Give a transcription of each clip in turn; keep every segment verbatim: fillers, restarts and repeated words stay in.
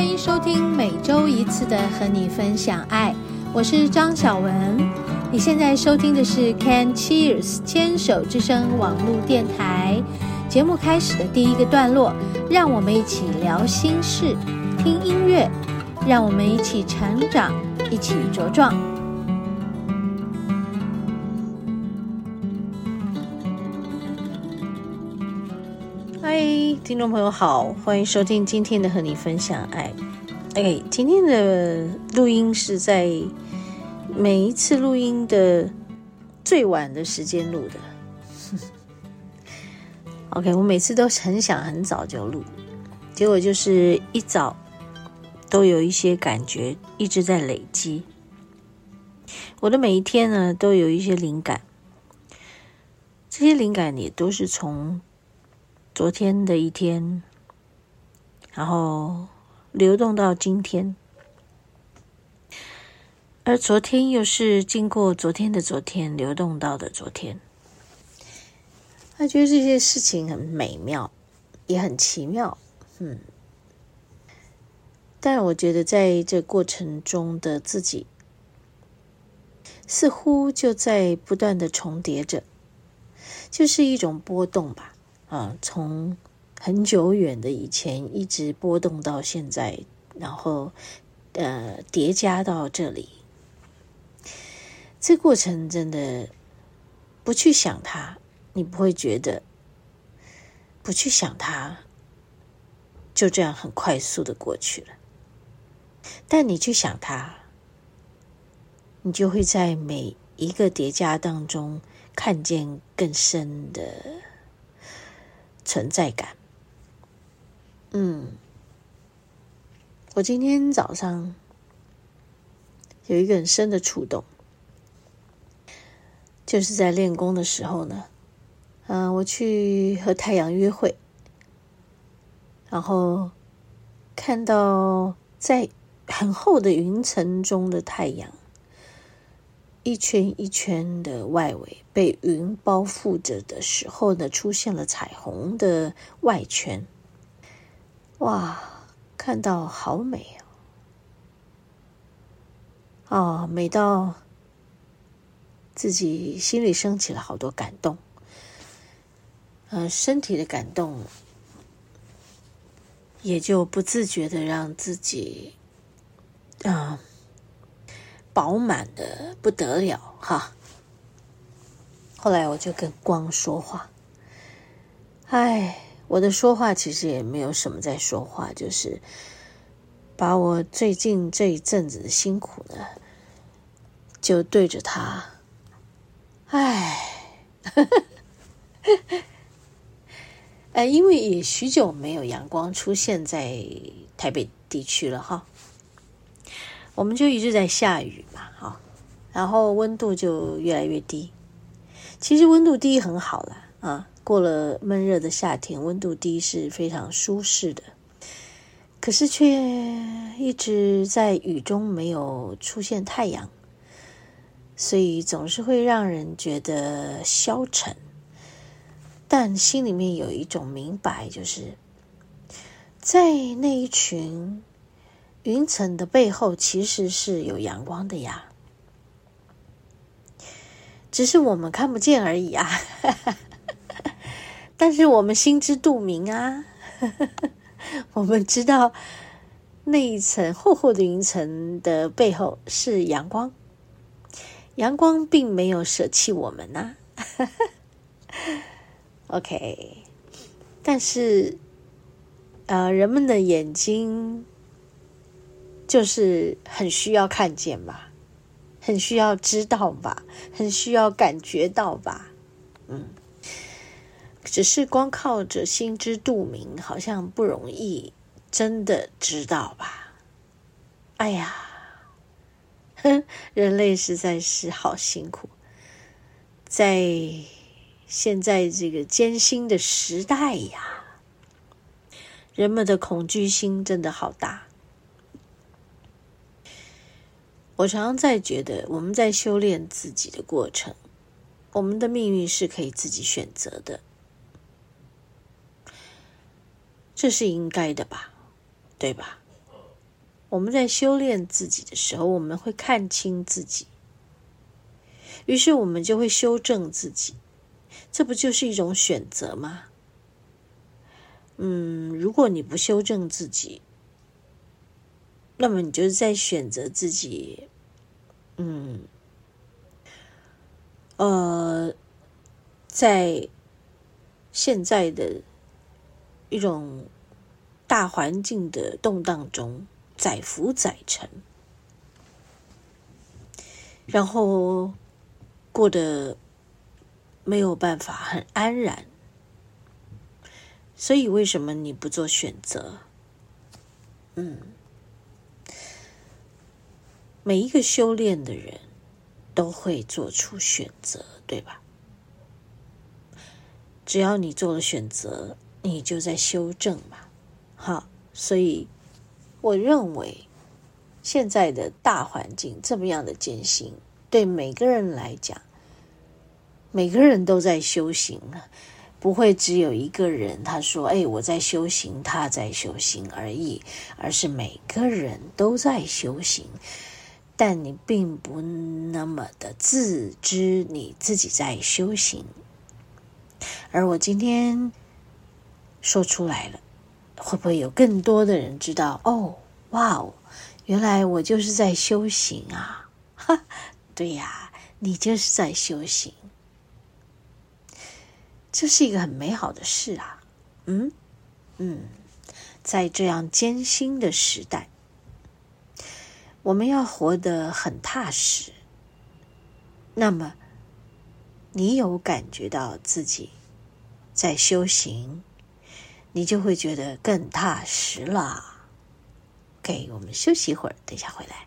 欢迎收听每周一次的和你分享爱，我是张小文。你现在收听的是 Can Cheers 牵手之声网络电台。节目开始的第一个段落，让我们一起聊心事，听音乐，让我们一起成长，一起茁壮。嗨，听众朋友好，欢迎收听今天的和你分享爱。OK， 今天的录音是在每一次录音的最晚的时间录的。OK， 我每次都很想很早就录，结果就是一早都有一些感觉一直在累积。我的每一天呢，都有一些灵感，这些灵感也都是从昨天的一天，然后流动到今天，而昨天又是经过昨天的昨天流动到的昨天。他觉得这些事情很美妙，也很奇妙，嗯。但我觉得在这过程中的自己，似乎就在不断的重叠着，就是一种波动吧。啊，从很久远的以前一直波动到现在，然后呃叠加到这里。这过程真的不去想它，你不会觉得；不去想它，就这样很快速的过去了。但你去想它，你就会在每一个叠加当中看见更深的存在感。嗯，我今天早上有一个很深的触动，就是在练功的时候呢，嗯、呃，我去和太阳约会，然后看到在很厚的云层中的太阳，一圈一圈的外围被云包覆着的时候呢，出现了彩虹的外圈。哇，看到好美哦！哦，美到自己心里升起了好多感动，呃，身体的感动也就不自觉的让自己啊、呃、饱满的不得了哈。后来我就跟光说话，哎，我的说话其实也没有什么在说话，就是把我最近这一阵子的辛苦呢，就对着他，哎，呃，因为也许久没有阳光出现在台北地区了哈，我们就一直在下雨嘛，哈，然后温度就越来越低。其实温度低很好啦，啊，过了闷热的夏天，温度低是非常舒适的。可是却一直在雨中没有出现太阳，所以总是会让人觉得消沉。但心里面有一种明白，就是在那一群云层的背后其实是有阳光的呀，只是我们看不见而已啊。但是我们心知肚明啊。我们知道那一层厚厚的云层的背后是阳光，阳光并没有舍弃我们啊。OK， 但是呃，人们的眼睛就是很需要看见吧，很需要知道吧，很需要感觉到吧。嗯，只是光靠着心知肚明好像不容易真的知道吧。哎呀，哼，人类实在是好辛苦，在现在这个艰辛的时代呀，人们的恐惧心真的好大。我常常在觉得我们在修炼自己的过程，我们的命运是可以自己选择的，这是应该的吧，对吧？ 我们在修炼自己的时候，我们会看清自己，于是我们就会修正自己，这不就是一种选择吗？嗯，如果你不修正自己，那么你就是在选择自己，嗯，呃，在现在的一种大环境的动荡中载浮载沉，然后过得没有办法很安然。所以为什么你不做选择？嗯，每一个修炼的人都会做出选择，对吧？只要你做了选择，你就在修正嘛。好，所以我认为现在的大环境这么样的艰辛，对每个人来讲，每个人都在修行啊，不会只有一个人他说哎，我在修行，他在修行而已，而是每个人都在修行，但你并不那么的自知你自己在修行。而我今天说出来了，会不会有更多的人知道，哦，哇哦，原来我就是在修行啊。哈，对呀，你就是在修行，这是一个很美好的事啊。嗯嗯，在这样艰辛的时代，我们要活得很踏实。那么你有感觉到自己在修行，你就会觉得更踏实啦。OK， 我们休息一会儿，等一下回来。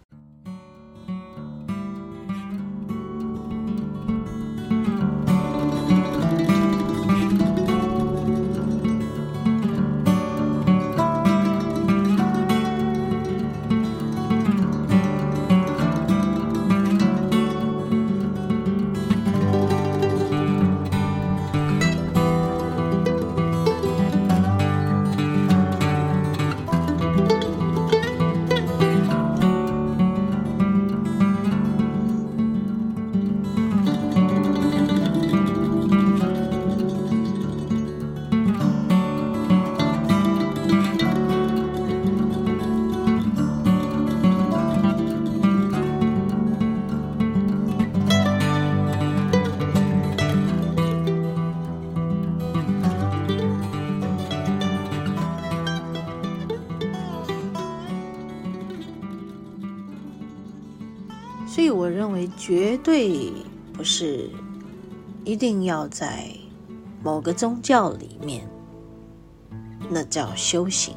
所以我认为绝对不是一定要在某个宗教里面，那叫修行，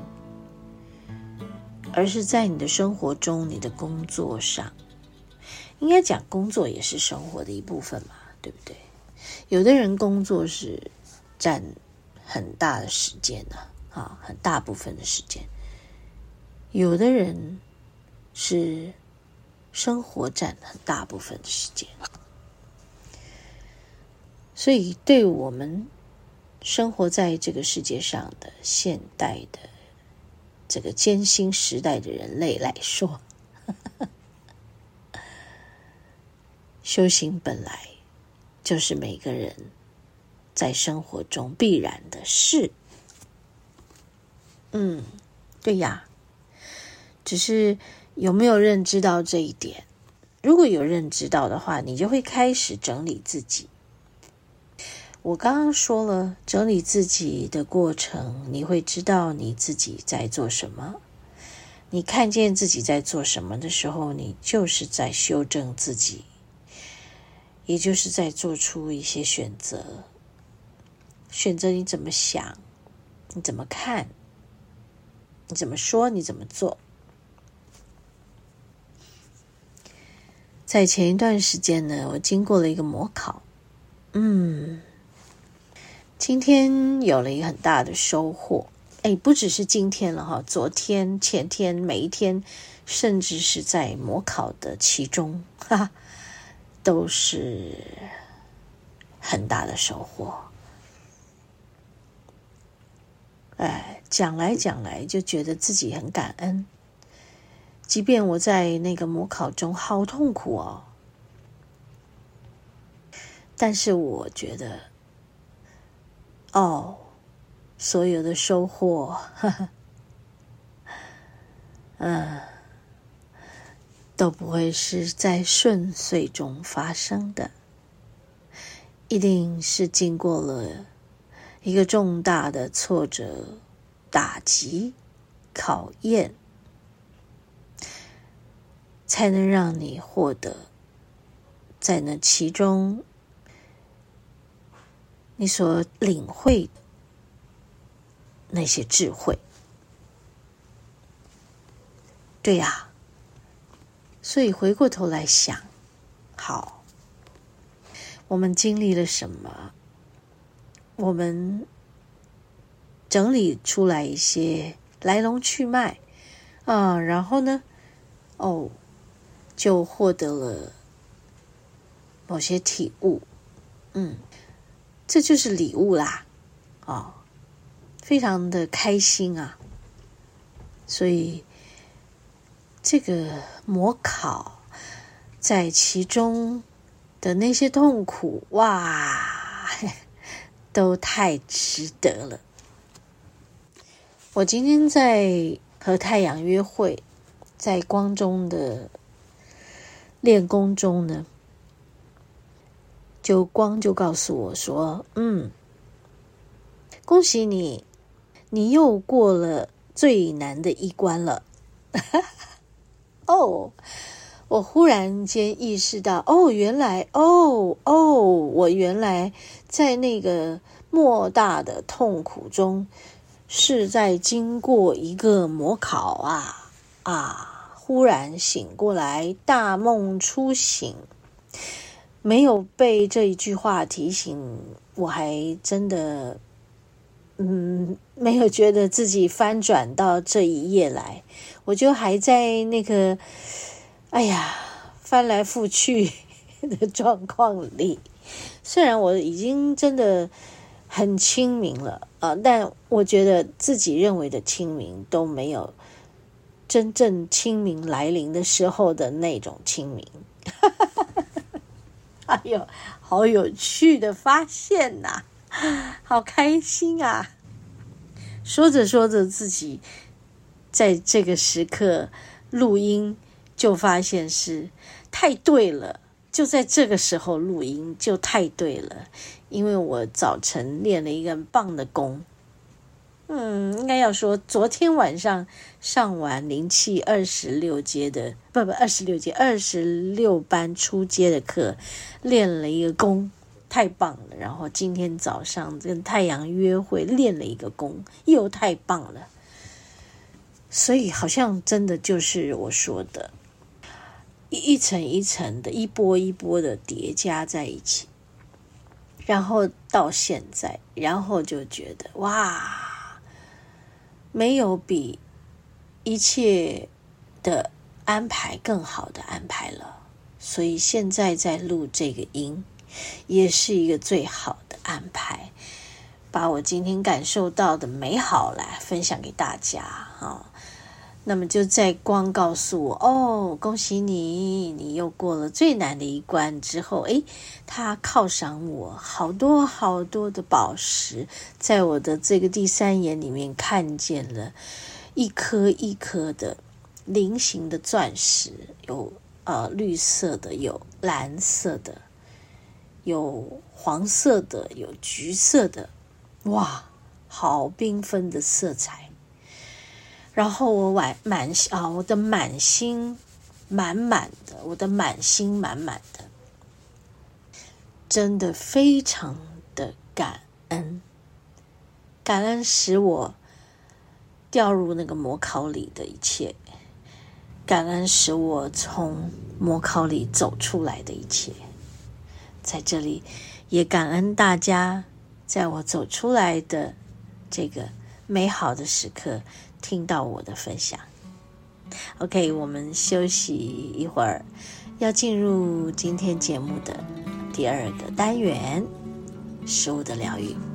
而是在你的生活中，你的工作上，应该讲工作也是生活的一部分嘛，对不对？有的人工作是占很大的时间啊，啊，很大部分的时间，有的人是生活占很大部分的时间。所以对我们生活在这个世界上的现代的这个艰辛时代的人类来说，修行本来就是每个人在生活中必然的事。嗯，对呀，只是有没有认知到这一点？如果有认知到的话，你就会开始整理自己。我刚刚说了，整理自己的过程，你会知道你自己在做什么。你看见自己在做什么的时候，你就是在修正自己，也就是在做出一些选择。选择你怎么想，你怎么看，你怎么说，你怎么做。在前一段时间呢，我经过了一个模考，嗯，今天有了一个很大的收获。哎，不只是今天了哈，昨天、前天，每一天，甚至是在模考的其中，哈哈，都是很大的收获。哎，讲来讲来就觉得自己很感恩， 即便我在那个模考中好痛苦哦，但是我觉得哦，所有的收获呵呵嗯，都不会是在顺遂中发生的，一定是经过了一个重大的挫折、打击、考验，才能让你获得在那其中你所领会的那些智慧。对呀，所以回过头来想，好，我们经历了什么？我们整理出来一些来龙去脉啊，然后呢，哦，就获得了某些体悟，嗯，这就是礼物啦，哦，非常的开心啊，所以这个模考在其中的那些痛苦，哇，都太值得了。我今天在和太阳约会，在光中的练功中呢，就光就告诉我说，嗯，恭喜你，你又过了最难的一关了。哦，我忽然间意识到，哦，原来，哦哦，我原来在那个莫大的痛苦中，是在经过一个模考啊啊！忽然醒过来，大梦初醒，没有被这一句话提醒，我还真的，嗯，没有觉得自己翻转到这一页来。我就还在那个，哎呀，翻来覆去的状况里。虽然我已经真的很清明了啊、呃，但我觉得自己认为的清明都没有真正清明来临的时候的那种清明。哎呦，好有趣的发现呐、啊，好开心啊！说着说着，自己在这个时刻录音，就发现是太对了，就在这个时候录音就太对了，因为我早晨练了一个很棒的功，嗯，应该要说昨天晚上上完灵气二十六阶的，不不二十六阶二十六班初阶的课，练了一个功，太棒了。然后今天早上跟太阳约会练了一个功，又太棒了。所以好像真的就是我说的，一一层一层的，一波一波的叠加在一起，然后到现在，然后就觉得哇，没有比一切的安排更好的安排了。所以现在在录这个音，也是一个最好的安排，把我今天感受到的美好来分享给大家哈。那么就在光告诉我，哦，恭喜你，你又过了最难的一关之后，诶，他犒赏我好多好多的宝石，在我的这个第三眼里面看见了一颗一颗的菱形的钻石，有呃绿色的，有蓝色的，有黄色的，有橘色的，哇，好缤纷的色彩。然后我满满啊，我的满心满满的，我的满心满满的，真的非常的感恩，感恩使我掉入那个模考里的一切，感恩使我从模考里走出来的一切，在这里也感恩大家，在我走出来的这个美好的时刻，听到我的分享。 OK， 我们休息一会儿，要进入今天节目的第二个单元，食物的疗愈。